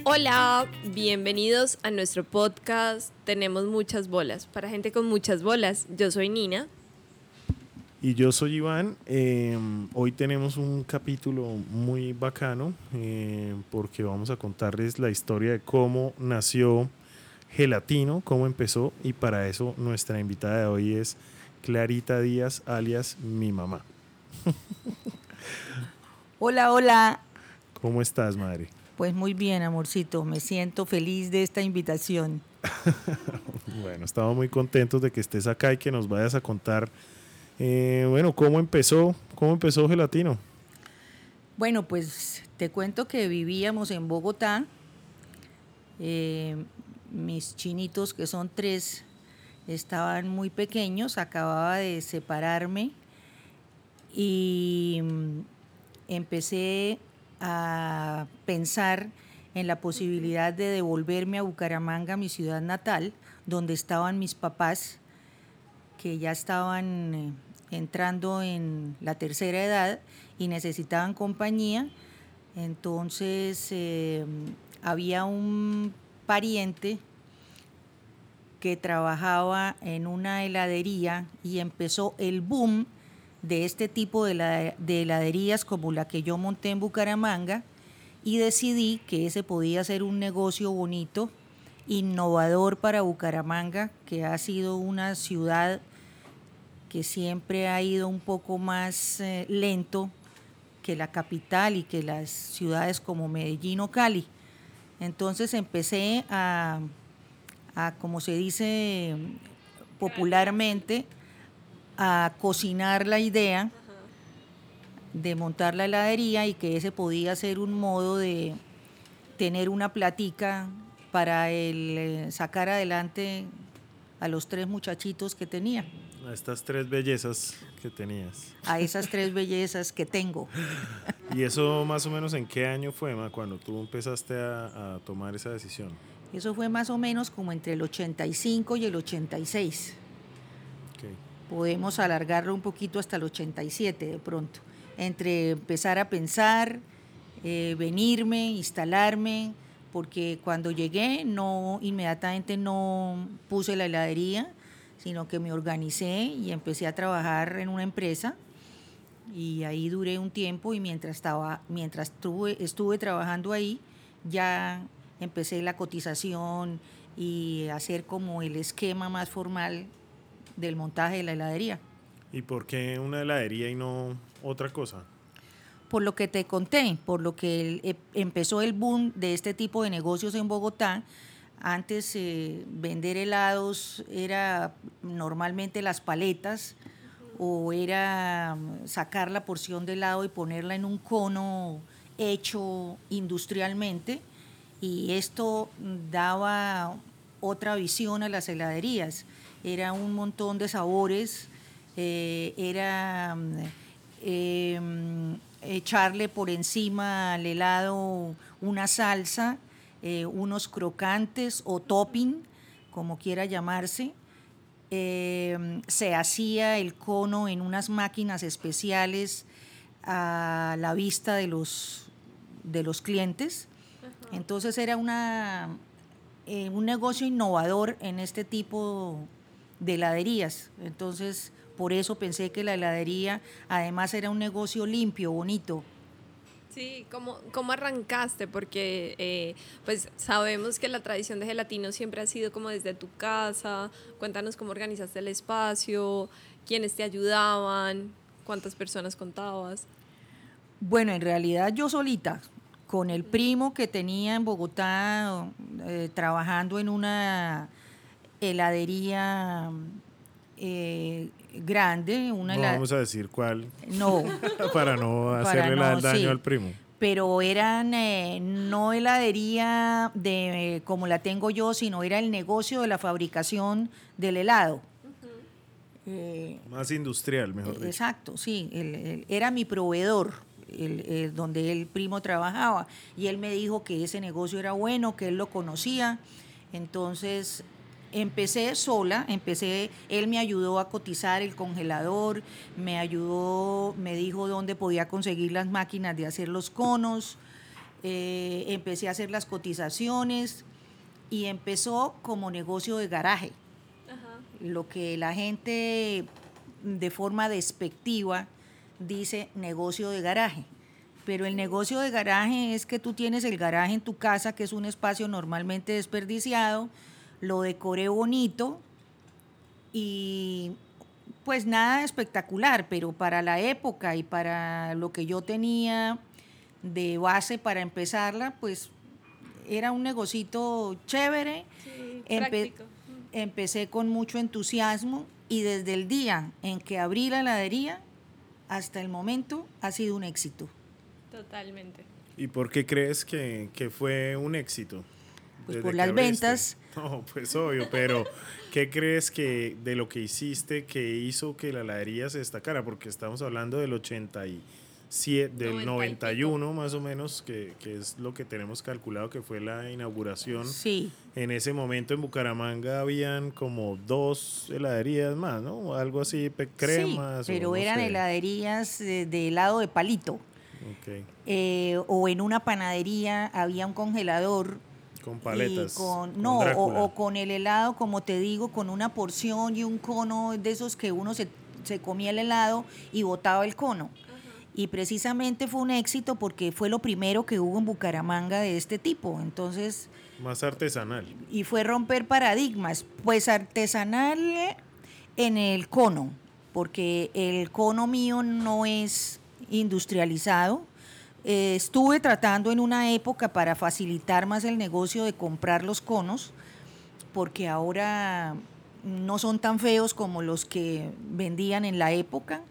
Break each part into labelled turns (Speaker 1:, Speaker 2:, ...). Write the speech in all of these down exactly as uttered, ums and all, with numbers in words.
Speaker 1: Hola, bienvenidos a nuestro podcast Tenemos muchas bolas, para gente con muchas bolas. Yo soy Nina.
Speaker 2: Y yo soy Iván. Eh, hoy tenemos un capítulo muy bacano eh, porque vamos a contarles la historia de cómo nació Gelatino, cómo empezó, y para eso nuestra invitada de hoy es Clarita Díaz, alias mi mamá.
Speaker 3: Hola, hola.
Speaker 2: ¿Cómo estás, madre?
Speaker 3: Pues muy bien, amorcito. Me siento feliz de esta invitación.
Speaker 2: Bueno, estamos muy contentos de que estés acá y que nos vayas a contar, eh, bueno, cómo empezó, cómo empezó Gelatino.
Speaker 3: Bueno, pues te cuento que vivíamos en Bogotá. Eh, mis chinitos, que son tres, estaban muy pequeños. Acababa de separarme y mm, empecé a pensar en la posibilidad de devolverme a Bucaramanga, mi ciudad natal, donde estaban mis papás, que ya estaban eh, entrando en la tercera edad y necesitaban compañía. Entonces eh, había un pariente que trabajaba en una heladería y empezó el boom de este tipo de, la, de heladerías como la que yo monté en Bucaramanga, y decidí que ese podía ser un negocio bonito, innovador para Bucaramanga, que ha sido una ciudad que siempre ha ido un poco más eh, lento que la capital y que las ciudades como Medellín o Cali. Entonces empecé a, a como se dice popularmente, a cocinar la idea de montar la heladería, y que ese podía ser un modo de tener una platica para el, eh, sacar adelante a los tres muchachitos que tenía.
Speaker 2: A estas tres bellezas que tenías.
Speaker 3: A esas tres bellezas que tengo.
Speaker 2: ¿Y eso más o menos en qué año fue, ma, cuando tú empezaste a, a tomar esa decisión?
Speaker 3: Eso fue más o menos como entre el ochenta y cinco y el ochenta y seis.
Speaker 2: Okay.
Speaker 3: Podemos alargarlo un poquito hasta el ochenta y siete de pronto. Entre empezar a pensar, eh, venirme, instalarme, porque cuando llegué no inmediatamente no puse la heladería, sino que me organicé y empecé a trabajar en una empresa, y ahí duré un tiempo, y mientras estaba mientras estuve, estuve trabajando ahí ya empecé la cotización y hacer como el esquema más formal del montaje de la heladería.
Speaker 2: ¿Y por qué una heladería y no otra cosa?
Speaker 3: Por lo que te conté, por lo que el, eh, empezó el boom de este tipo de negocios en Bogotá. Antes eh, vender helados era normalmente las paletas, o era sacar la porción de helado y ponerla en un cono hecho industrialmente, y esto daba otra visión a las heladerías. Era un montón de sabores, eh, era eh, echarle por encima al helado una salsa, eh, unos crocantes o topping, como quiera llamarse. Eh, se hacía el cono en unas máquinas especiales a la vista de los, de los clientes. Uh-huh. Entonces era una, eh, un negocio innovador en este tipo de heladerías. Entonces, por eso pensé que la heladería además era un negocio limpio, bonito.
Speaker 1: Sí, ¿cómo, cómo arrancaste? Porque eh, pues sabemos que la tradición de Gelatino siempre ha sido como desde tu casa. Cuéntanos cómo organizaste el espacio, quiénes te ayudaban, cuántas personas contabas.
Speaker 3: Bueno, en realidad yo solita, con el primo que tenía en Bogotá, eh, trabajando en una heladería eh, grande. Una
Speaker 2: no
Speaker 3: helad...
Speaker 2: vamos a decir cuál.
Speaker 3: No.
Speaker 2: Para no hacerle para no, el daño sí. al primo.
Speaker 3: Pero eran eh, no heladería de eh, como la tengo yo, sino era el negocio de la fabricación del helado.
Speaker 2: Uh-huh. Eh, Más industrial, mejor dicho.
Speaker 3: Exacto, sí. El, el, era mi proveedor, el, el, donde el primo trabajaba. Y él me dijo que ese negocio era bueno, que él lo conocía. Entonces empecé sola, empecé, él me ayudó a cotizar el congelador, me ayudó, me dijo dónde podía conseguir las máquinas de hacer los conos, eh, empecé a hacer las cotizaciones y empezó como negocio de garaje. Ajá. Lo que la gente de forma despectiva dice negocio de garaje. Pero el negocio de garaje es que tú tienes el garaje en tu casa, que es un espacio normalmente desperdiciado, lo decoré bonito y pues nada espectacular, pero para la época y para lo que yo tenía de base para empezarla, pues era un negocito chévere.
Speaker 1: Sí,
Speaker 3: Empe-
Speaker 1: práctico.
Speaker 3: Empecé con mucho entusiasmo y desde el día en que abrí la heladería hasta el momento ha sido un éxito.
Speaker 1: Totalmente.
Speaker 2: ¿Y por qué crees que, que fue un éxito?
Speaker 3: Pues por las ventas.
Speaker 2: No, pues obvio, pero ¿qué crees que de lo que hiciste que hizo que la heladería se destacara? Porque estamos hablando del ochenta y siete, del noventa y uno más o menos, que, que es lo que tenemos calculado que fue la inauguración.
Speaker 3: Sí.
Speaker 2: En ese momento en Bucaramanga habían como dos heladerías más, ¿no? Algo así, cremas.
Speaker 3: Sí, pero
Speaker 2: o no
Speaker 3: eran
Speaker 2: sé.
Speaker 3: heladerías de, de helado de palito.
Speaker 2: Okay.
Speaker 3: Eh, o en una panadería había un congelador.
Speaker 2: Con paletas.
Speaker 3: Y con,
Speaker 2: con
Speaker 3: no,
Speaker 2: Drácula.
Speaker 3: o, o con el helado, como te digo, con una porción y un cono de esos que uno se, se comía el helado y botaba el cono. Uh-huh. Y precisamente fue un éxito porque fue lo primero que hubo en Bucaramanga de este tipo. Entonces.
Speaker 2: Más artesanal.
Speaker 3: Y fue romper paradigmas. Pues artesanal en el cono, porque el cono mío no es industrializado. Eh, estuve tratando en una época para facilitar más el negocio de comprar los conos, porque ahora no son tan feos como los que vendían en la época.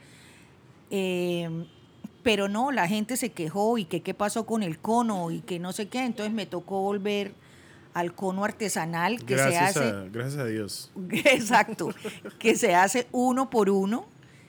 Speaker 3: Eh, pero no, la gente se quejó y que qué pasó con el cono y que no sé qué, entonces me tocó volver al cono artesanal que
Speaker 2: gracias
Speaker 3: se hace.
Speaker 2: A, gracias a Dios.
Speaker 3: Exacto, que se hace uno por uno.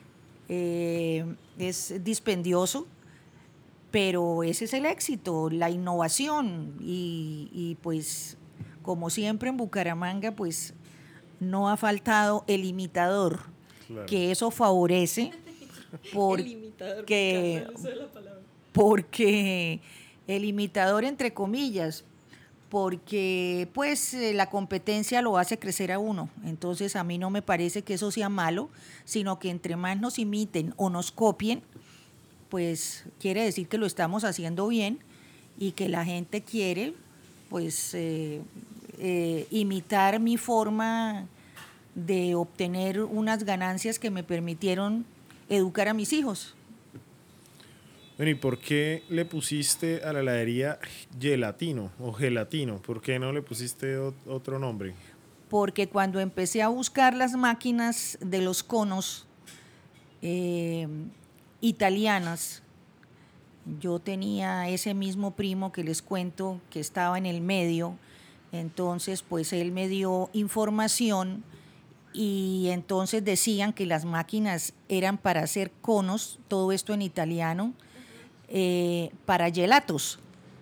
Speaker 3: Eh, es dispendioso. Pero ese es el éxito, la innovación y, y pues como siempre en Bucaramanga pues no ha faltado el imitador, claro. Que eso favorece porque, el imitador, me encanta el uso de la palabra. Porque el imitador entre comillas, porque pues la competencia lo hace crecer a uno, entonces a mí no me parece que eso sea malo, sino que entre más nos imiten o nos copien, pues quiere decir que lo estamos haciendo bien y que la gente quiere pues eh, eh, imitar mi forma de obtener unas ganancias que me permitieron educar a mis hijos.
Speaker 2: Bueno, ¿y por qué le pusiste a la heladería Gelatino o Gelatino? ¿Por qué no le pusiste otro nombre?
Speaker 3: Porque cuando empecé a buscar las máquinas de los conos eh, italianas, yo tenía ese mismo primo que les cuento que estaba en el medio, entonces pues él me dio información y entonces decían que las máquinas eran para hacer conos, todo esto en italiano, eh, para gelatos.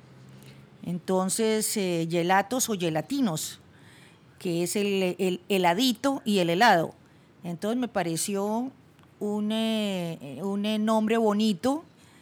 Speaker 3: Entonces, eh, gelatos o gelatinos, que es el, el heladito y el helado. Entonces me pareció un, eh, un nombre bonito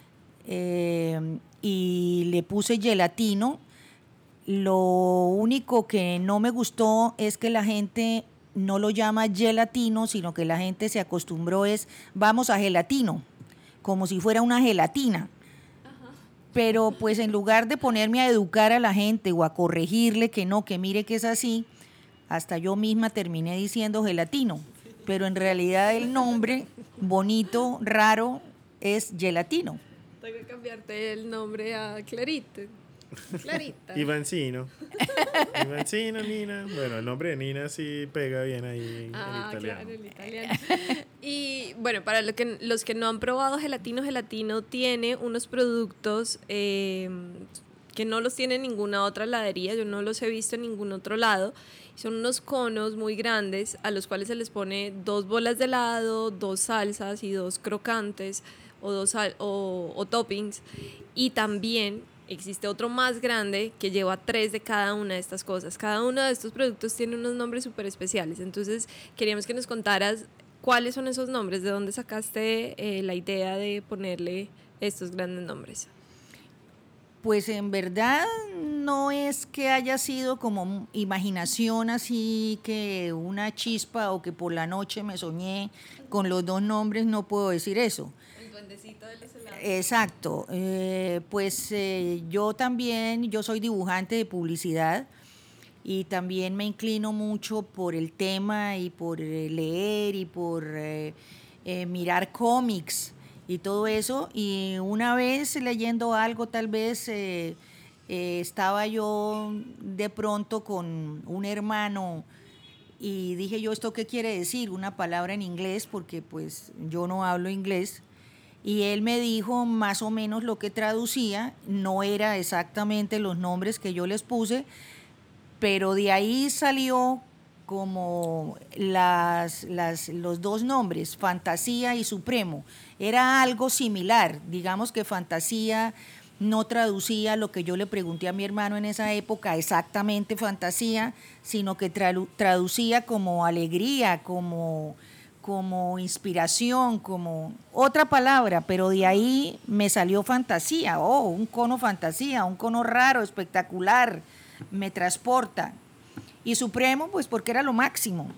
Speaker 3: eh, y le puse gelatino. Lo único que no me gustó es que la gente no lo llama gelatino, sino que la gente se acostumbró es vamos a gelatino, como si fuera una gelatina. Ajá. Pero pues en lugar de ponerme a educar a la gente o a corregirle que no, que mire que es así, hasta yo misma terminé diciendo gelatino. Pero en realidad el nombre bonito, raro, es gelatino.
Speaker 1: Tengo que cambiarte el nombre a Clarita. Clarita.
Speaker 2: Ivancino. Ivancino, Nina. Bueno, el nombre de Nina sí pega bien ahí
Speaker 1: ah,
Speaker 2: en italiano.
Speaker 1: Claro, en italiano. Y bueno, para lo que, los que no han probado Gelatino, Gelatino tiene unos productos eh, que no los tiene ninguna otra heladería, yo no los he visto en ningún otro lado. Son unos conos muy grandes a los cuales se les pone dos bolas de helado, dos salsas y dos crocantes o, dos sal, o, o toppings. Y también existe otro más grande que lleva tres de cada una de estas cosas. Cada uno de estos productos tiene unos nombres súper especiales. Entonces queríamos que nos contaras cuáles son esos nombres, de dónde sacaste eh, la idea de ponerle estos grandes nombres.
Speaker 3: Pues en verdad no es que haya sido como imaginación así que una chispa o que por la noche me soñé con los dos nombres, no puedo decir eso.
Speaker 1: El duendecito de los helados.
Speaker 3: Exacto, eh, pues eh, yo también, yo soy dibujante de publicidad y también me inclino mucho por el tema y por eh, leer y por eh, eh, mirar cómics y todo eso. Y una vez leyendo algo, tal vez eh, eh, estaba yo de pronto con un hermano y dije yo, ¿esto qué quiere decir? Una palabra en inglés, porque pues yo no hablo inglés. Y él me dijo más o menos lo que traducía, no era exactamente los nombres que yo les puse, pero de ahí salió como las, las, los dos nombres, Fantasía y Supremo. Era algo similar, digamos que Fantasía no traducía lo que yo le pregunté a mi hermano en esa época, exactamente fantasía, sino que tra- traducía como alegría, como, como inspiración, como otra palabra, pero de ahí me salió fantasía, oh, un cono fantasía, un cono raro, espectacular, me transporta. Y Supremo, pues porque era lo máximo.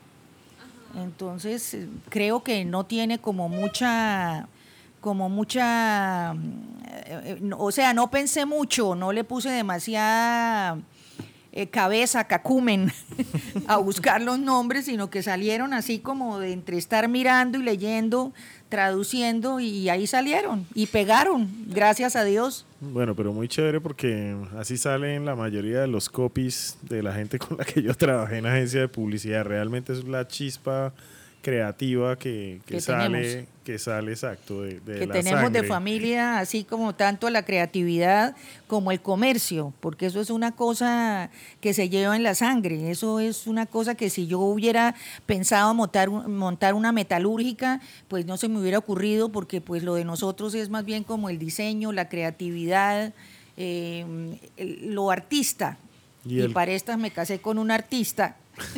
Speaker 3: Entonces, creo que no tiene como mucha, como mucha, eh, eh, o sea, no pensé mucho, no le puse demasiada eh, cabeza, cacumen, a buscar los nombres, sino que salieron así como de entre estar mirando y leyendo, traduciendo, y ahí salieron, y pegaron, gracias a Dios.
Speaker 2: Bueno, pero muy chévere porque así salen la mayoría de los copies de la gente con la que yo trabajé en agencia de publicidad. Realmente es la chispa creativa que, que,
Speaker 3: Que
Speaker 2: sale,
Speaker 3: tenemos.
Speaker 2: que sale exacto de, de
Speaker 3: que
Speaker 2: la
Speaker 3: tenemos
Speaker 2: sangre.
Speaker 3: de familia, así como tanto la creatividad como el comercio, porque eso es una cosa que se lleva en la sangre, eso es una cosa que si yo hubiera pensado montar, montar una metalúrgica, pues no se me hubiera ocurrido, porque pues lo de nosotros es más bien como el diseño, la creatividad, eh, el, lo artista,
Speaker 2: Y,
Speaker 3: y
Speaker 2: el,
Speaker 3: para estas me casé con un artista.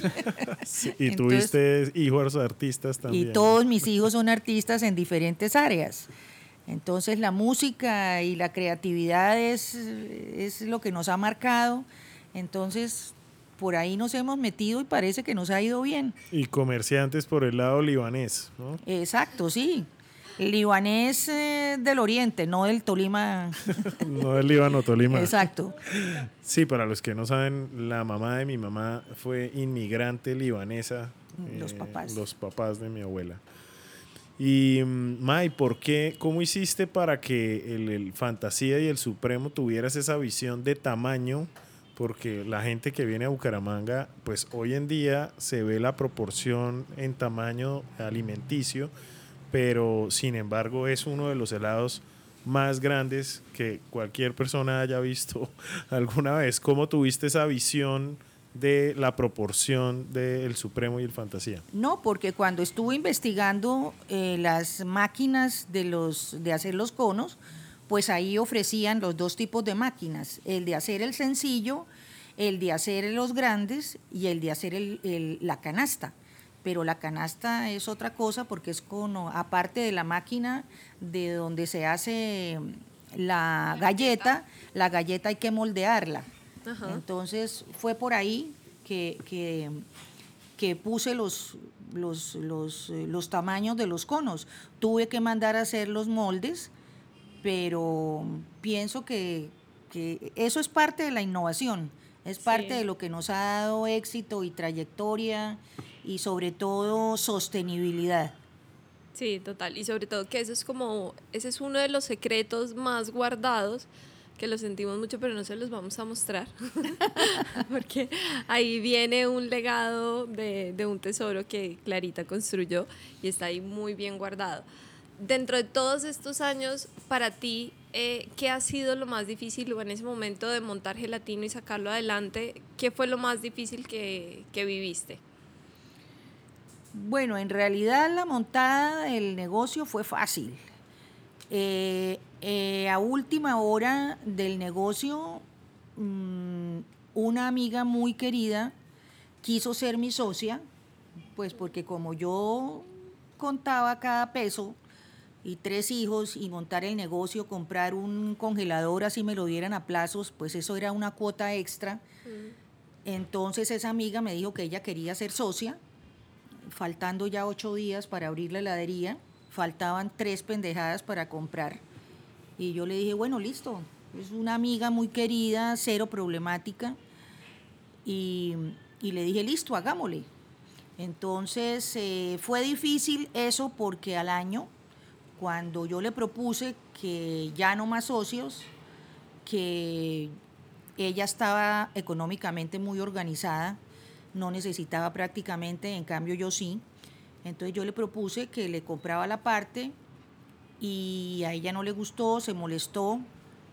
Speaker 2: sí, y
Speaker 3: Entonces,
Speaker 2: tuviste hijos artistas también.
Speaker 3: y todos mis hijos son artistas en diferentes áreas. Entonces la música y la creatividad es, es lo que nos ha marcado. Entonces por ahí nos hemos metido y parece que nos ha ido bien.
Speaker 2: Y comerciantes por el lado libanés, ¿no?
Speaker 3: Exacto, sí. El libanés eh, del oriente, no del Tolima.
Speaker 2: No del Líbano, Tolima.
Speaker 3: Exacto.
Speaker 2: Sí, para los que no saben, la mamá de mi mamá fue inmigrante libanesa.
Speaker 3: Los
Speaker 2: eh,
Speaker 3: papás.
Speaker 2: Los papás de mi abuela. Y, May, ¿por qué? ¿Cómo hiciste para que el, el Fantasía y el Supremo tuvieras esa visión de tamaño? Porque la gente que viene a Bucaramanga, pues hoy en día se ve la proporción en tamaño alimenticio, pero sin embargo es uno de los helados más grandes que cualquier persona haya visto alguna vez. ¿Cómo tuviste esa visión de la proporción del Supremo y el Fantasía?
Speaker 3: No, porque cuando estuve investigando eh, las máquinas de, los, de hacer los conos, pues ahí ofrecían los dos tipos de máquinas, el de hacer el sencillo, el de hacer los grandes y el de hacer el, el, la canasta. Pero la canasta es otra cosa porque es con, aparte de la máquina de donde se hace la, la galleta, galleta, la galleta hay que moldearla. Ajá. Entonces fue por ahí que, que, que puse los, los, los, los tamaños de los conos. Tuve que mandar a hacer los moldes, pero pienso que, que eso es parte de la innovación, es parte sí. de lo que nos ha dado éxito y trayectoria y sobre todo sostenibilidad.
Speaker 1: Sí, total. Y sobre todo que eso es como, ese es uno de los secretos más guardados, que lo sentimos mucho, pero no se los vamos a mostrar, porque ahí viene un legado de, de un tesoro que Clarita construyó y está ahí muy bien guardado. Dentro de todos estos años, para ti, eh, ¿qué ha sido lo más difícil o en ese momento de montar Gelatino y sacarlo adelante? ¿Qué fue lo más difícil que, que viviste?
Speaker 3: Bueno, en realidad la montada del negocio fue fácil. Eh, eh, a última hora del negocio, mmm, una amiga muy querida quiso ser mi socia, pues porque como yo contaba cada peso, y tres hijos y montar el negocio, comprar un congelador así me lo dieran a plazos, pues eso era una cuota extra. Mm. Entonces esa amiga me dijo que ella quería ser socia, faltando ya ocho días para abrir la heladería, faltaban tres pendejadas para comprar. Y yo le dije, bueno, listo, es una amiga muy querida, cero problemática. Y, y le dije, listo, hagámosle. Entonces eh, fue difícil eso porque al año, cuando yo le propuse que ya no más socios, que ella estaba económicamente muy organizada, no necesitaba prácticamente, en cambio yo sí. Entonces yo le propuse que le compraba la parte y a ella no le gustó, se molestó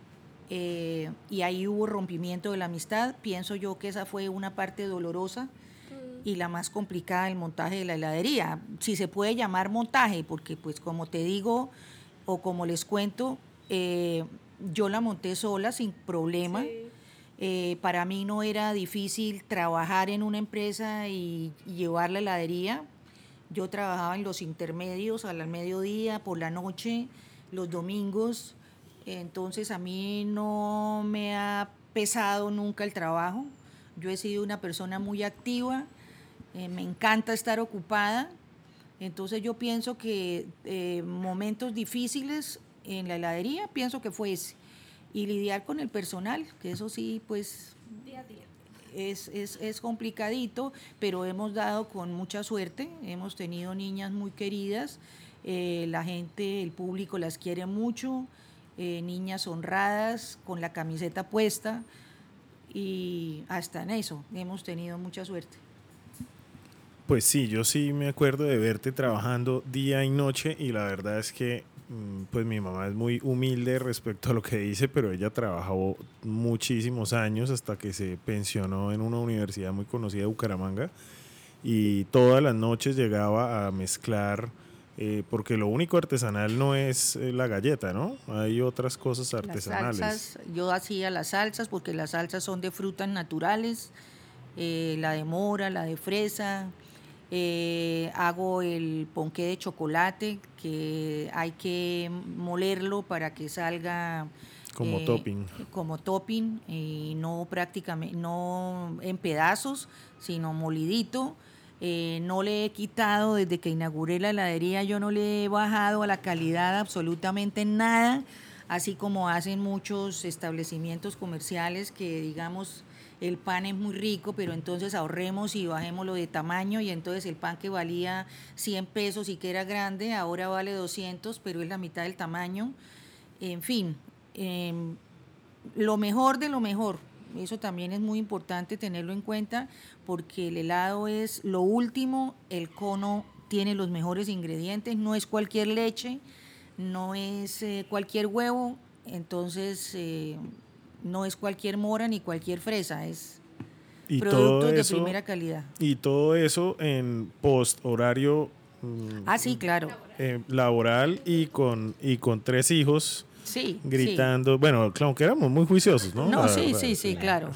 Speaker 3: eh, y ahí hubo rompimiento de la amistad. Pienso yo que esa fue una parte dolorosa y la más complicada del montaje de la heladería, si se puede llamar montaje, porque pues como te digo o como les cuento, eh, yo la monté sola sin problema. Sí. Eh, para mí no era difícil trabajar en una empresa y, y llevar la heladería. Yo trabajaba en los intermedios al mediodía, por la noche, los domingos, entonces a mí no me ha pesado nunca el trabajo. Yo he sido una persona muy activa, eh, me encanta estar ocupada, entonces yo pienso que eh, momentos difíciles en la heladería, pienso que fue ese. Y lidiar con el personal, que eso sí, pues, día a día. Es, es, es complicadito, pero hemos dado con mucha suerte, hemos tenido niñas muy queridas, eh, la gente, el público las quiere mucho, eh, niñas honradas, con la camiseta puesta, y hasta en eso hemos tenido mucha suerte.
Speaker 2: Pues sí, yo sí me acuerdo de verte trabajando día y noche y la verdad es que pues mi mamá es muy humilde respecto a lo que dice, pero ella trabajó muchísimos años hasta que se pensionó en una universidad muy conocida de Bucaramanga y todas las noches llegaba a mezclar, eh, porque lo único artesanal no es la galleta, ¿no? Hay otras cosas artesanales.
Speaker 3: Las salsas, yo hacía las salsas porque las salsas son de frutas naturales, eh, la de mora, la de fresa. Eh, hago el ponqué de chocolate que hay que molerlo para que salga
Speaker 2: como eh, topping
Speaker 3: como topping y no prácticamente no en pedazos sino molidito. Eh, no le he quitado desde que inauguré la heladería, yo no le he bajado a la calidad absolutamente nada, así como hacen muchos establecimientos comerciales que digamos el pan es muy rico, pero entonces ahorremos y bajémoslo de tamaño y entonces el pan que valía cien pesos y que era grande, ahora vale doscientos, pero es la mitad del tamaño. En fin, eh, lo mejor de lo mejor, eso también es muy importante tenerlo en cuenta porque el helado es lo último, el cono tiene los mejores ingredientes, no es cualquier leche, no es eh, cualquier huevo, entonces... Eh, no es cualquier mora ni cualquier fresa, es
Speaker 2: y
Speaker 3: productos
Speaker 2: eso,
Speaker 3: de primera calidad.
Speaker 2: Y todo eso en post horario.
Speaker 3: Ah, sí, claro.
Speaker 2: Eh, laboral y con, y con tres hijos.
Speaker 3: Sí,
Speaker 2: gritando,
Speaker 3: sí.
Speaker 2: Bueno, claro que éramos muy juiciosos, ¿no?
Speaker 3: No,
Speaker 2: la
Speaker 3: sí,
Speaker 2: verdad,
Speaker 3: sí, sí,
Speaker 2: sí,
Speaker 3: claro.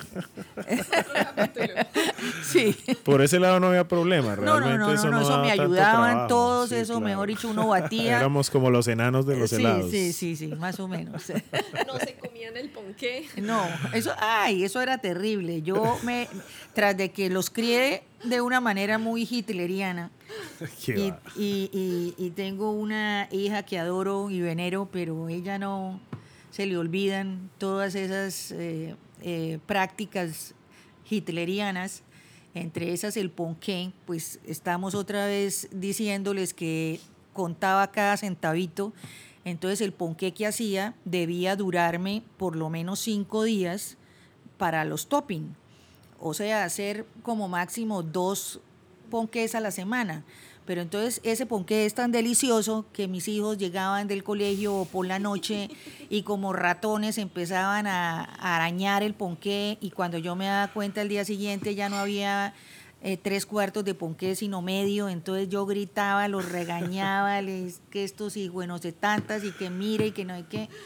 Speaker 3: Sí.
Speaker 2: Por ese lado no había problema, realmente
Speaker 3: no, no, no,
Speaker 2: eso
Speaker 3: no,
Speaker 2: no
Speaker 3: eso me ayudaban todos,
Speaker 2: sí,
Speaker 3: eso
Speaker 2: claro.
Speaker 3: mejor dicho, uno batía.
Speaker 2: Éramos como los enanos de los
Speaker 3: sí,
Speaker 2: helados.
Speaker 3: Sí, sí, sí, más o menos.
Speaker 1: No se comían el ponqué.
Speaker 3: No, eso, ay, eso era terrible. Yo me, tras de que los crié de una manera muy hitleriana, y, y, y, y tengo una hija que adoro y venero, pero ella no se le olvidan todas esas eh, eh, prácticas hitlerianas, entre esas el ponqué, pues estamos otra vez diciéndoles que contaba cada centavito, entonces el ponqué que hacía debía durarme por lo menos cinco días para los toppings, o sea, hacer como máximo dos ponqués a la semana. Pero entonces ese ponqué es tan delicioso que mis hijos llegaban del colegio por la noche y como ratones empezaban a, a arañar el ponqué y cuando yo me daba cuenta el día siguiente ya no había eh, tres cuartos de ponqué sino medio, entonces yo gritaba, los regañaba, les que estos hijos no sé tantas y que mire y que no hay que...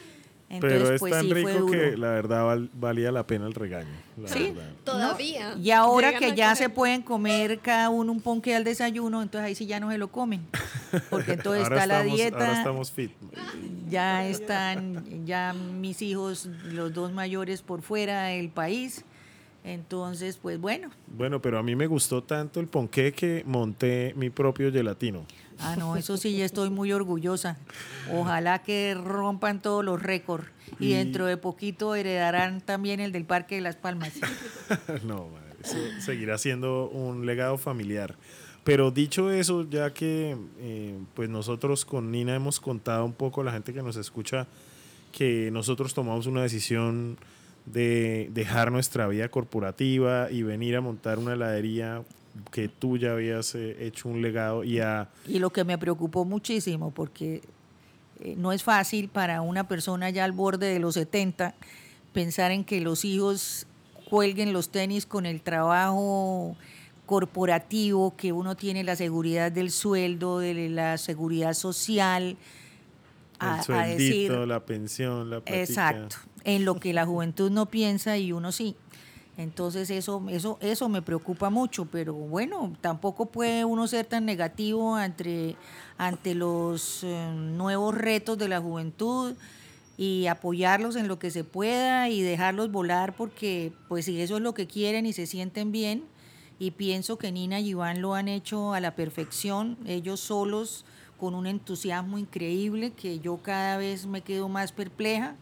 Speaker 3: Entonces,
Speaker 2: Pero es
Speaker 3: pues
Speaker 2: tan
Speaker 3: sí, fue
Speaker 2: rico
Speaker 3: duro.
Speaker 2: que la verdad val- valía la pena el regaño. La
Speaker 3: Sí.
Speaker 2: verdad.
Speaker 1: Todavía.
Speaker 3: Y ahora
Speaker 1: Llegan
Speaker 3: que
Speaker 1: a
Speaker 3: ya
Speaker 1: coger-
Speaker 3: se pueden comer cada uno un ponqué al desayuno, entonces ahí sí ya no se lo comen. Porque entonces
Speaker 2: Ahora
Speaker 3: está la
Speaker 2: estamos, ahora
Speaker 3: dieta,
Speaker 2: estamos fit.
Speaker 3: ya están ya mis hijos, los dos mayores por fuera del país. Entonces, pues bueno.
Speaker 2: Bueno, pero a mí me gustó tanto el ponqué que monté mi propio gelatino.
Speaker 3: Ah, no, eso sí, ya estoy muy orgullosa. Ojalá que rompan todos los récords. Y,
Speaker 2: Y-
Speaker 3: dentro de poquito heredarán también el del Parque de las Palmas.
Speaker 2: No, madre, eso seguirá siendo un legado familiar. Pero dicho eso, ya que eh, pues nosotros con Nina hemos contado un poco a la gente que nos escucha que nosotros tomamos una decisión de dejar nuestra vida corporativa y venir a montar una heladería que tú ya habías eh, hecho un legado y a...
Speaker 3: Y lo que me preocupó muchísimo, porque eh, no es fácil para una persona ya al borde de los setenta pensar en que los hijos cuelguen los tenis con el trabajo corporativo, que uno tiene la seguridad del sueldo, de la seguridad social, a,
Speaker 2: El
Speaker 3: a
Speaker 2: sueldito,
Speaker 3: decir,
Speaker 2: la pensión, la platica.
Speaker 3: exacto, en lo que la juventud no piensa y uno sí. Entonces eso, eso, eso me preocupa mucho, pero bueno, tampoco puede uno ser tan negativo ante, ante los eh, nuevos retos de la juventud y apoyarlos en lo que se pueda y dejarlos volar porque pues si eso es lo que quieren y se sienten bien, y pienso que Nina y Iván lo han hecho a la perfección, ellos solos con un entusiasmo increíble que yo cada vez me quedo más perpleja.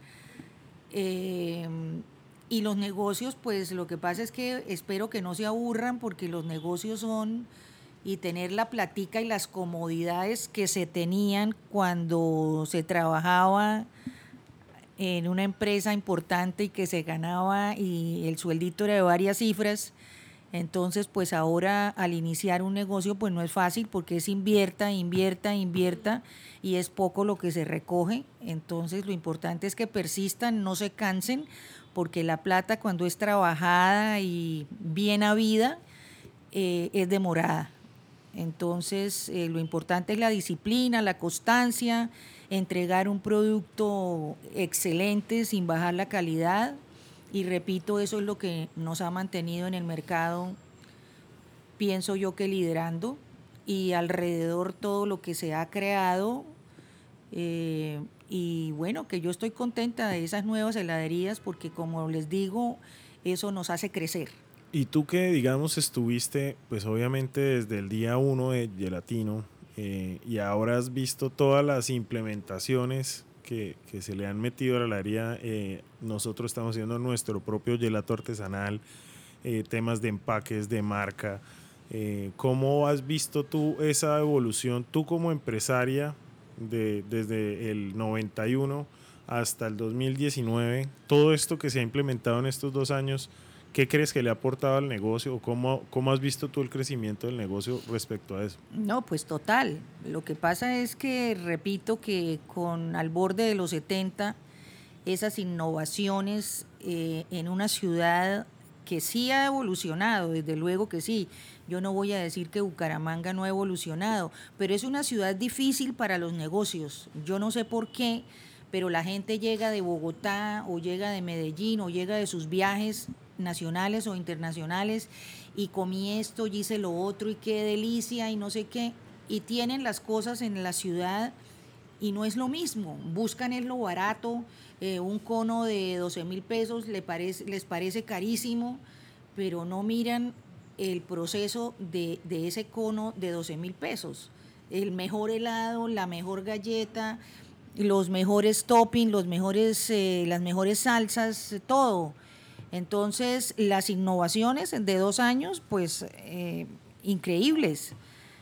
Speaker 3: Eh, y los negocios, pues lo que pasa es que espero que no se aburran porque los negocios son y tener la platica y las comodidades que se tenían cuando se trabajaba en una empresa importante y que se ganaba y el sueldito era de varias cifras. Entonces, pues ahora al iniciar un negocio, pues no es fácil porque es invierta, invierta, invierta y es poco lo que se recoge. Entonces, lo importante es que persistan, no se cansen, porque la plata cuando es trabajada y bien habida eh, es demorada. Entonces, eh, lo importante es la disciplina, la constancia, entregar un producto excelente sin bajar la calidad. Y repito, eso es lo que nos ha mantenido en el mercado, pienso yo que liderando, y alrededor todo lo que se ha creado. Eh, y bueno, que yo estoy contenta de esas nuevas heladerías porque como les digo, eso nos hace crecer.
Speaker 2: Y tú que, digamos, estuviste, pues obviamente desde el día uno de Gelatino eh, y ahora has visto todas las implementaciones que, que se le han metido a la heladería. Eh, nosotros estamos haciendo nuestro propio gelato artesanal, eh, temas de empaques, de marca. Eh, ¿Cómo has visto tú esa evolución, tú como empresaria, de, desde el noventa y uno hasta el dos mil diecinueve, todo esto que se ha implementado en estos dos años? ¿Qué crees que le ha aportado al negocio o cómo, cómo has visto tú el crecimiento del negocio respecto a eso?
Speaker 3: No, pues total. Lo que pasa es que, repito, que con al borde de los setenta, esas innovaciones eh, en una ciudad que sí ha evolucionado, desde luego que sí. Yo no voy a decir que Bucaramanga no ha evolucionado, pero es una ciudad difícil para los negocios. Yo no sé por qué, pero la gente llega de Bogotá o llega de Medellín o llega de sus viajes nacionales o internacionales y comí esto y hice lo otro y qué delicia y no sé qué, y tienen las cosas en la ciudad y no es lo mismo, buscan es lo barato, eh, un cono de doce mil pesos le parece, les parece carísimo, pero no miran el proceso de, de ese cono de doce mil pesos, el mejor helado, la mejor galleta, los mejores toppings, los mejores, eh, las mejores salsas, todo. Entonces, las innovaciones de dos años, pues, eh, increíbles.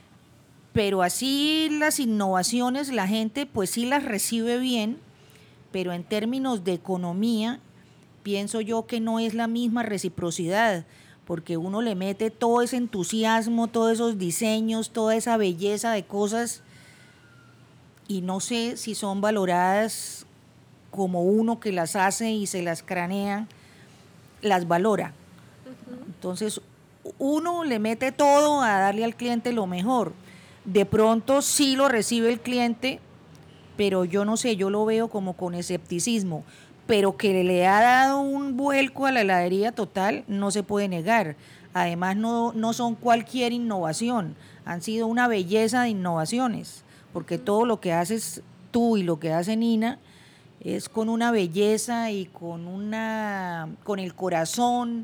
Speaker 3: Pero así las innovaciones, la gente, pues sí las recibe bien, pero en términos de economía, pienso yo que no es la misma reciprocidad, porque uno le mete todo ese entusiasmo, todos esos diseños, toda esa belleza de cosas, y no sé si son valoradas como uno que las hace y se las cranea, las valora. Entonces, uno le mete todo a darle al cliente lo mejor. De pronto sí lo recibe el cliente, pero yo no sé, yo lo veo como con escepticismo, pero que le ha dado un vuelco a la heladería total, no se puede negar. Además, no, no son cualquier innovación, han sido una belleza de innovaciones, porque todo lo que haces tú y lo que hace Nina es con una belleza y con, una, con el corazón,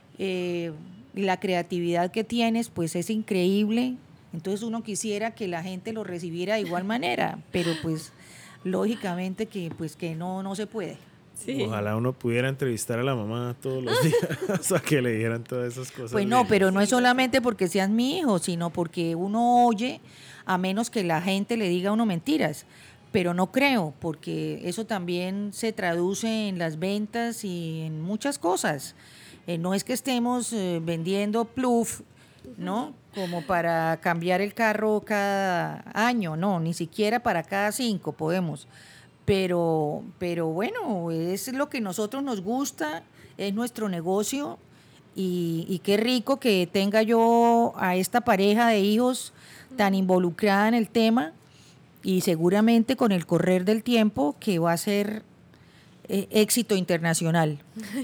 Speaker 3: eh, y la creatividad que tienes, pues es increíble. Entonces uno quisiera que la gente lo recibiera de igual manera, pero pues lógicamente que pues que no, no se puede.
Speaker 2: Sí. Ojalá uno pudiera entrevistar a la mamá todos los días a que le dijeran todas esas cosas.
Speaker 3: Pues no, pero no es solamente porque seas mi hijo, sino porque uno oye, a menos que la gente le diga a uno mentiras. Pero no creo, porque eso también se traduce en las ventas y en muchas cosas. Eh, no es que estemos eh, vendiendo Pluf, ¿no? Como para cambiar el carro cada año, no, ni siquiera para cada cinco podemos. Pero, pero bueno, es lo que a nosotros nos gusta, es nuestro negocio y, y qué rico que tenga yo a esta pareja de hijos tan involucrada en el tema y seguramente con el correr del tiempo que va a ser eh, éxito internacional.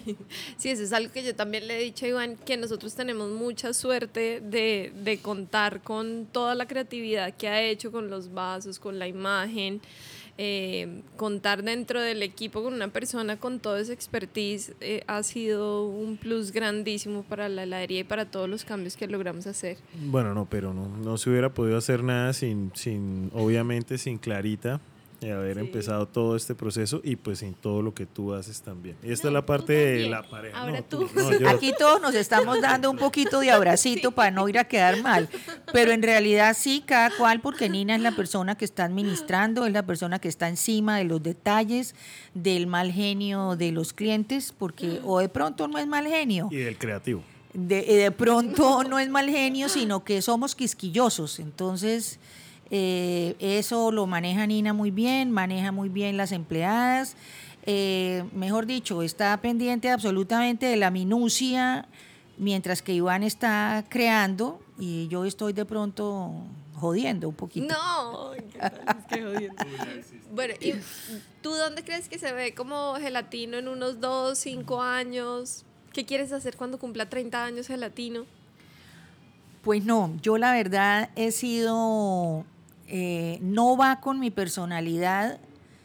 Speaker 1: Sí, eso es algo que yo también le he dicho a Iván, que nosotros tenemos mucha suerte de, de contar con toda la creatividad que ha hecho con los vasos, con la imagen. Eh, contar dentro del equipo con una persona con toda esa expertise eh, ha sido un plus grandísimo para la heladería y para todos los cambios que logramos hacer.
Speaker 2: Bueno, no, pero no, no se hubiera podido hacer nada sin, sin obviamente sin Clarita, de haber sí. empezado todo este proceso y pues sin todo lo que tú haces también. Y esta no, es la parte de la pareja.
Speaker 1: Ahora
Speaker 2: no,
Speaker 1: tú.
Speaker 2: tú no, yo...
Speaker 3: Aquí todos nos estamos dando un poquito de abracito sí. para no ir a quedar mal, pero en realidad sí, cada cual, porque Nina es la persona que está administrando, es la persona que está encima de los detalles, del mal genio de los clientes, porque o de pronto no es mal genio.
Speaker 2: Y del creativo.
Speaker 3: De, de pronto no es mal genio, sino que somos quisquillosos, entonces... Eh, eso lo maneja Nina muy bien, maneja muy bien las empleadas, eh, mejor dicho, está pendiente absolutamente de la minucia, mientras que Iván está creando y yo estoy de pronto jodiendo un poquito.
Speaker 1: No, ¿qué tal? Es que jodiendo. Bueno, ¿y tú dónde crees que se ve como Gelatino en unos dos, cinco años? ¿Qué quieres hacer cuando cumpla treinta años Gelatino?
Speaker 3: Pues no, yo la verdad he sido... Eh, no va con mi personalidad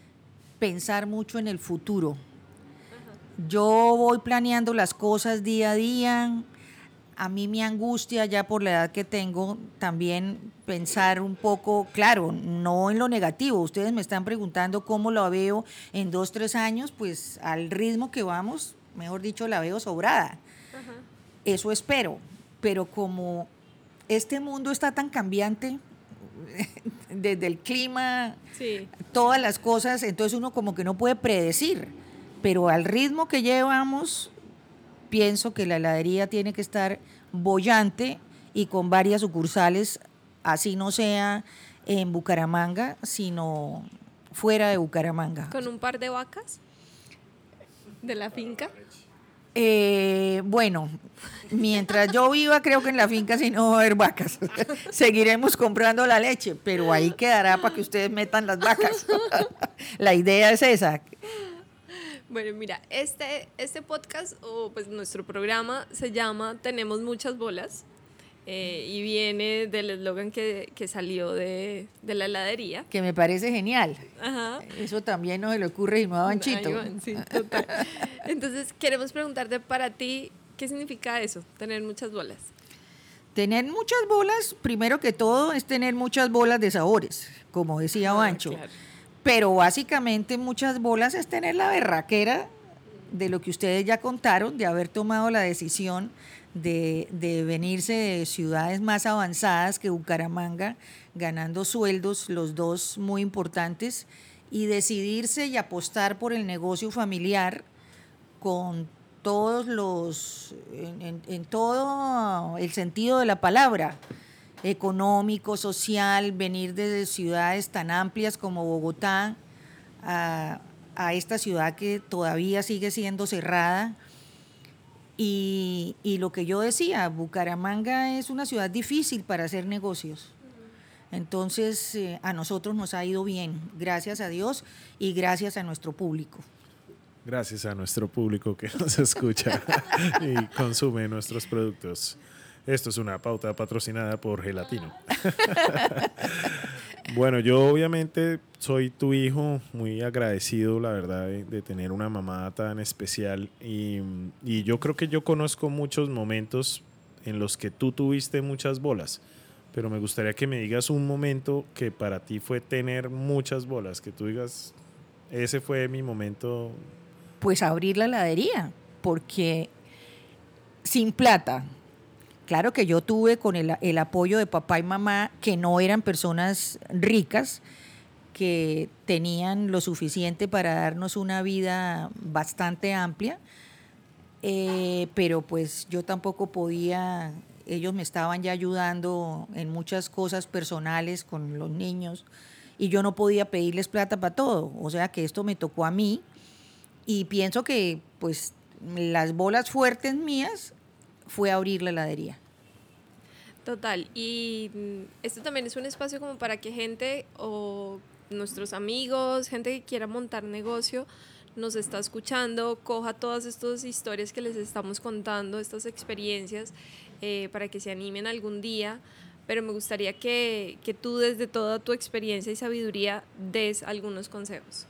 Speaker 3: pensar mucho en el futuro. Ajá. Yo voy planeando las cosas día a día. A mí me angustia ya por la edad que tengo también pensar un poco, claro, no en lo negativo. Ustedes me están preguntando cómo lo veo en dos, tres años, pues al ritmo que vamos, mejor dicho, la veo sobrada. Ajá. Eso espero, pero como este mundo está tan cambiante, desde el clima, sí. todas las cosas, entonces uno como que no puede predecir, pero al ritmo que llevamos, pienso que la heladería tiene que estar bollante y con varias sucursales, así no sea en Bucaramanga, sino fuera de Bucaramanga.
Speaker 1: ¿Con un par de vacas de la finca?
Speaker 3: Eh, bueno, mientras yo viva, creo que en la finca sí no va a haber vacas. Seguiremos comprando la leche, pero ahí quedará para que ustedes metan las vacas. La idea es esa.
Speaker 1: Bueno, mira, este, este podcast, o pues nuestro programa, se llama Tenemos muchas bolas. Eh, y viene del eslogan que, que salió de, de la heladería.
Speaker 3: Que me parece genial.
Speaker 1: Ajá.
Speaker 3: Eso también no se le ocurre y no a Banchito.
Speaker 1: Ay, sí, total. Entonces, queremos preguntarte para ti, ¿qué significa eso, tener muchas bolas?
Speaker 3: Tener muchas bolas, primero que todo, es tener muchas bolas de sabores, como decía ah, Bancho. Claro. Pero básicamente muchas bolas es tener la berraquera de lo que ustedes ya contaron, de haber tomado la decisión De, de venirse de ciudades más avanzadas que Bucaramanga, ganando sueldos, los dos muy importantes, y decidirse y apostar por el negocio familiar con todos los, en, en, en todo el sentido de la palabra, económico, social, venir de ciudades tan amplias como Bogotá a, a esta ciudad que todavía sigue siendo cerrada. Y, y lo que yo decía, Bucaramanga es una ciudad difícil para hacer negocios. Entonces, eh, a nosotros nos ha ido bien, gracias a Dios y gracias a nuestro público.
Speaker 2: Gracias a nuestro público que nos escucha y consume nuestros productos. Esto es una pauta patrocinada por Gelatino. Bueno, yo obviamente soy tu hijo, muy agradecido, la verdad, de, de tener una mamá tan especial. Y, y yo creo que yo conozco muchos momentos en los que tú tuviste muchas bolas. Pero me gustaría que me digas un momento que para ti fue tener muchas bolas, que tú digas, ese fue mi momento.
Speaker 3: Pues abrir la heladería, porque sin plata, claro que yo tuve con el, el apoyo de papá y mamá, que no eran personas ricas, que tenían lo suficiente para darnos una vida bastante amplia, eh, pero pues yo tampoco podía, ellos me estaban ya ayudando en muchas cosas personales con los niños y yo no podía pedirles plata para todo, o sea que esto me tocó a mí y pienso que pues las bolas fuertes mías fue abrir la heladería.
Speaker 1: Total, y esto también es un espacio como para que gente o nuestros amigos, gente que quiera montar negocio, nos está escuchando, coja todas estas historias que les estamos contando, estas experiencias, eh, para que se animen algún día, pero me gustaría que, que tú desde toda tu experiencia y sabiduría des algunos consejos.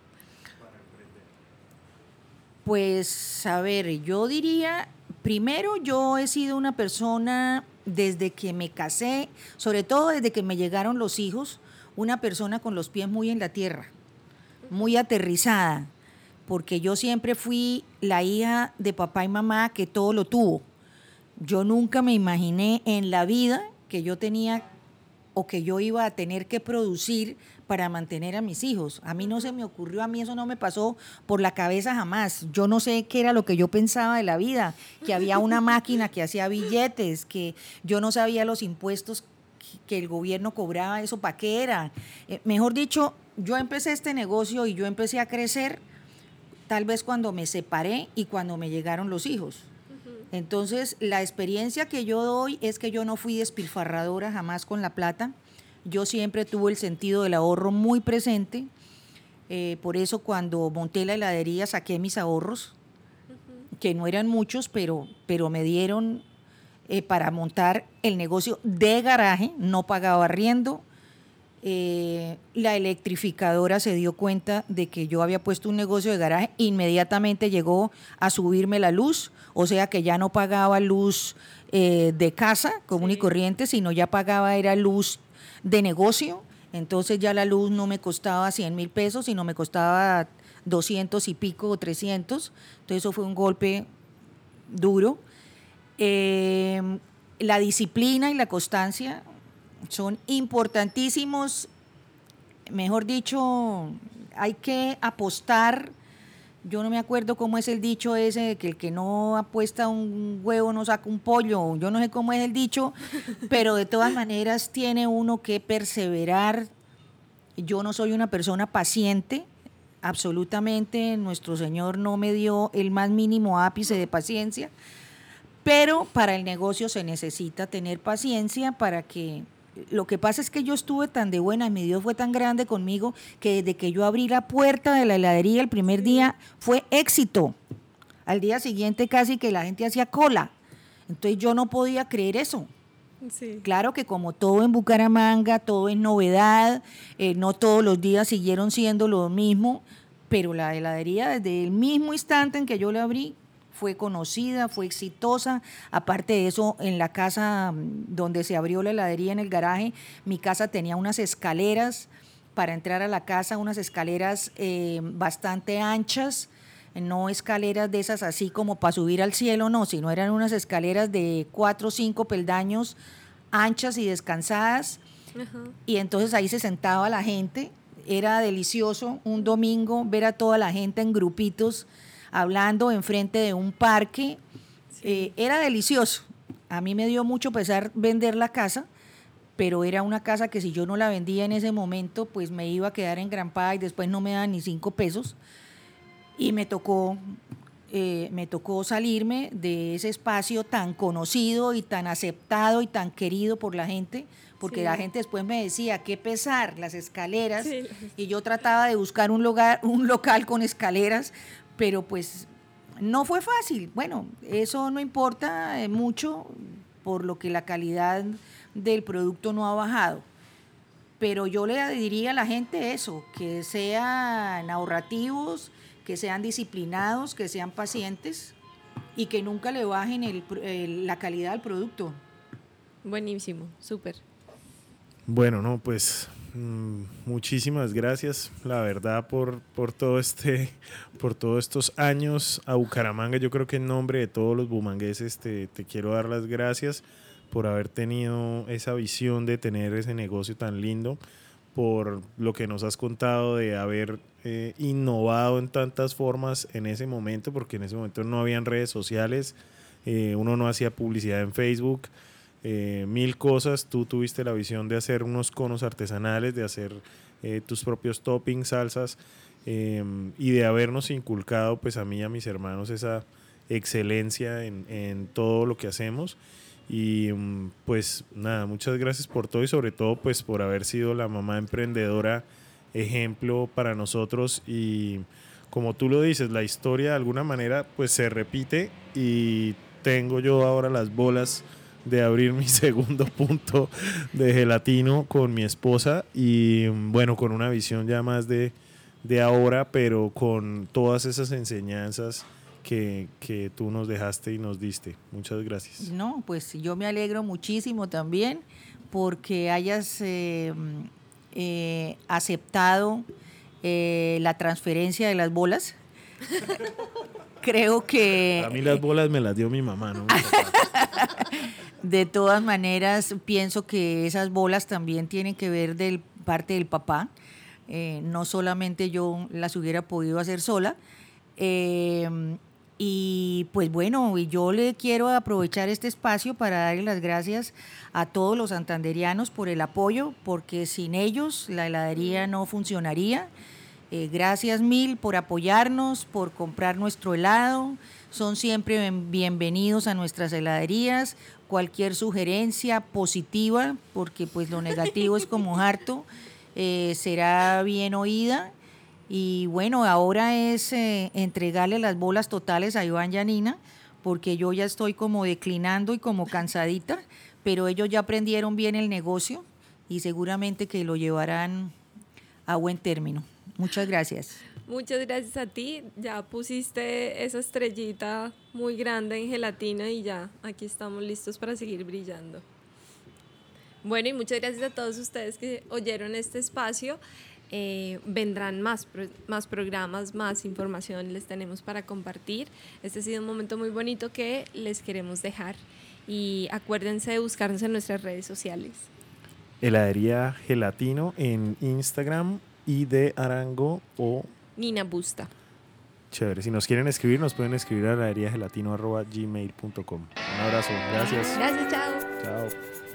Speaker 3: Pues, a ver, yo diría, primero yo he sido una persona desde que me casé, sobre todo desde que me llegaron los hijos, una persona con los pies muy en la tierra, muy aterrizada, porque yo siempre fui la hija de papá y mamá que todo lo tuvo. Yo nunca me imaginé en la vida que yo tenía o que yo iba a tener que producir para mantener a mis hijos. A mí no se me ocurrió, a mí eso no me pasó por la cabeza jamás. Yo no sé qué era lo que yo pensaba de la vida, que había una máquina que hacía billetes, que yo no sabía los impuestos que el gobierno cobraba, eso para qué era. Eh, mejor dicho, yo empecé este negocio y yo empecé a crecer tal vez cuando me separé y cuando me llegaron los hijos. Entonces, la experiencia que yo doy es que yo no fui despilfarradora jamás con la plata. Yo siempre tuve el sentido del ahorro muy presente. Eh, por eso cuando monté la heladería saqué mis ahorros, uh-huh. que no eran muchos, pero, pero me dieron eh, para montar el negocio de garaje, no pagaba arriendo. Eh, la electrificadora se dio cuenta de que yo había puesto un negocio de garaje, inmediatamente llegó a subirme la luz, o sea que ya no pagaba luz eh, de casa común sí. y corriente, sino ya pagaba era luz de negocio, entonces ya la luz no me costaba cien mil pesos, sino me costaba doscientos y pico o trescientos, entonces eso fue un golpe duro. Eh, la disciplina y la constancia son importantísimos, mejor dicho, hay que apostar. Yo no me acuerdo cómo es el dicho ese de que el que no apuesta un huevo no saca un pollo, yo no sé cómo es el dicho, pero de todas maneras tiene uno que perseverar. Yo no soy una persona paciente, absolutamente, nuestro Señor no me dio el más mínimo ápice de paciencia, pero para el negocio se necesita tener paciencia para que... Lo que pasa es que yo estuve tan de buena, mi Dios fue tan grande conmigo que desde que yo abrí la puerta de la heladería el primer día fue éxito. Al día siguiente casi que la gente hacía cola. Entonces yo no podía creer eso. Sí. Claro que como todo en Bucaramanga, todo es novedad, eh, no todos los días siguieron siendo lo mismo, pero la heladería desde el mismo instante en que yo la abrí, fue conocida, fue exitosa. Aparte de eso, en la casa donde se abrió la heladería, en el garaje, mi casa tenía unas escaleras para entrar a la casa, unas escaleras eh, bastante anchas, no escaleras de esas así como para subir al cielo, no, sino eran unas escaleras de cuatro o cinco peldaños, anchas y descansadas. Uh-huh. Y entonces ahí se sentaba la gente. Era delicioso un domingo ver a toda la gente en grupitos, hablando enfrente de un parque, sí. eh, era delicioso. A mí me dio mucho pesar vender la casa, pero era una casa que si yo no la vendía en ese momento, pues me iba a quedar engrampada y después no me daban ni cinco pesos. Y me tocó eh, me tocó salirme de ese espacio tan conocido y tan aceptado y tan querido por la gente, porque sí. La gente después me decía, qué pesar, las escaleras, sí. Y yo trataba de buscar un lugar, un local con escaleras, pero pues no fue fácil. Bueno, eso no importa mucho, por lo que la calidad del producto no ha bajado. Pero yo le diría a la gente eso, que sean ahorrativos, que sean disciplinados, que sean pacientes y que nunca le bajen el, el, la calidad del producto.
Speaker 1: Buenísimo, súper.
Speaker 2: Bueno, no, pues mmm, muchísimas gracias, la verdad, por, por todo este, por todos estos años a Bucaramanga. Yo creo que en nombre de todos los bumangueses te, te quiero dar las gracias por haber tenido esa visión de tener ese negocio tan lindo, por lo que nos has contado de haber eh, innovado en tantas formas en ese momento, porque en ese momento no habían redes sociales, eh, uno no hacía publicidad en Facebook, eh, mil cosas. Tú tuviste la visión de hacer unos conos artesanales, de hacer eh, tus propios toppings, salsas, eh, y de habernos inculcado pues a mí y a mis hermanos esa excelencia en, en todo lo que hacemos. Y pues nada, muchas gracias por todo y sobre todo pues por haber sido la mamá emprendedora ejemplo para nosotros. Y como tú lo dices, la historia de alguna manera pues se repite y tengo yo ahora las bolas de abrir mi segundo punto de gelatino con mi esposa y bueno, con una visión ya más de, de ahora, pero con todas esas enseñanzas Que, que tú nos dejaste y nos diste. Muchas gracias.
Speaker 3: No, pues yo me alegro muchísimo también porque hayas eh, eh, aceptado eh, la transferencia de las bolas. Creo que...
Speaker 2: A mí las bolas me las dio mi mamá, ¿no?
Speaker 3: De todas maneras, pienso que esas bolas también tienen que ver de parte del papá. Eh, no solamente yo las hubiera podido hacer sola. Eh, Y pues bueno, yo le quiero aprovechar este espacio para darle las gracias a todos los santanderianos por el apoyo, porque sin ellos la heladería no funcionaría. Eh, gracias mil por apoyarnos, por comprar nuestro helado. Son siempre bienvenidos a nuestras heladerías. Cualquier sugerencia positiva, porque pues lo negativo es como harto, eh, será bien oída. Y bueno, ahora es eh, entregarle las bolas totales a Iván y a Nina, porque yo ya estoy como declinando y como cansadita, pero ellos ya aprendieron bien el negocio y seguramente que lo llevarán a buen término. Muchas gracias.
Speaker 1: Muchas gracias a ti, ya pusiste esa estrellita muy grande en gelatina y ya aquí estamos listos para seguir brillando. Bueno, y muchas gracias a todos ustedes que oyeron este espacio. Eh, vendrán más, más programas, más información les tenemos para compartir. Este ha sido un momento muy bonito que les queremos dejar y acuérdense de buscarnos en nuestras redes sociales.
Speaker 2: Heladería Gelatino en Instagram y de Arango o
Speaker 1: Nina Busta.
Speaker 2: Chévere, si nos quieren escribir nos pueden escribir a heladería gelatino arroba gmail punto com. Un abrazo, gracias.
Speaker 1: Gracias, chao.
Speaker 2: Chao.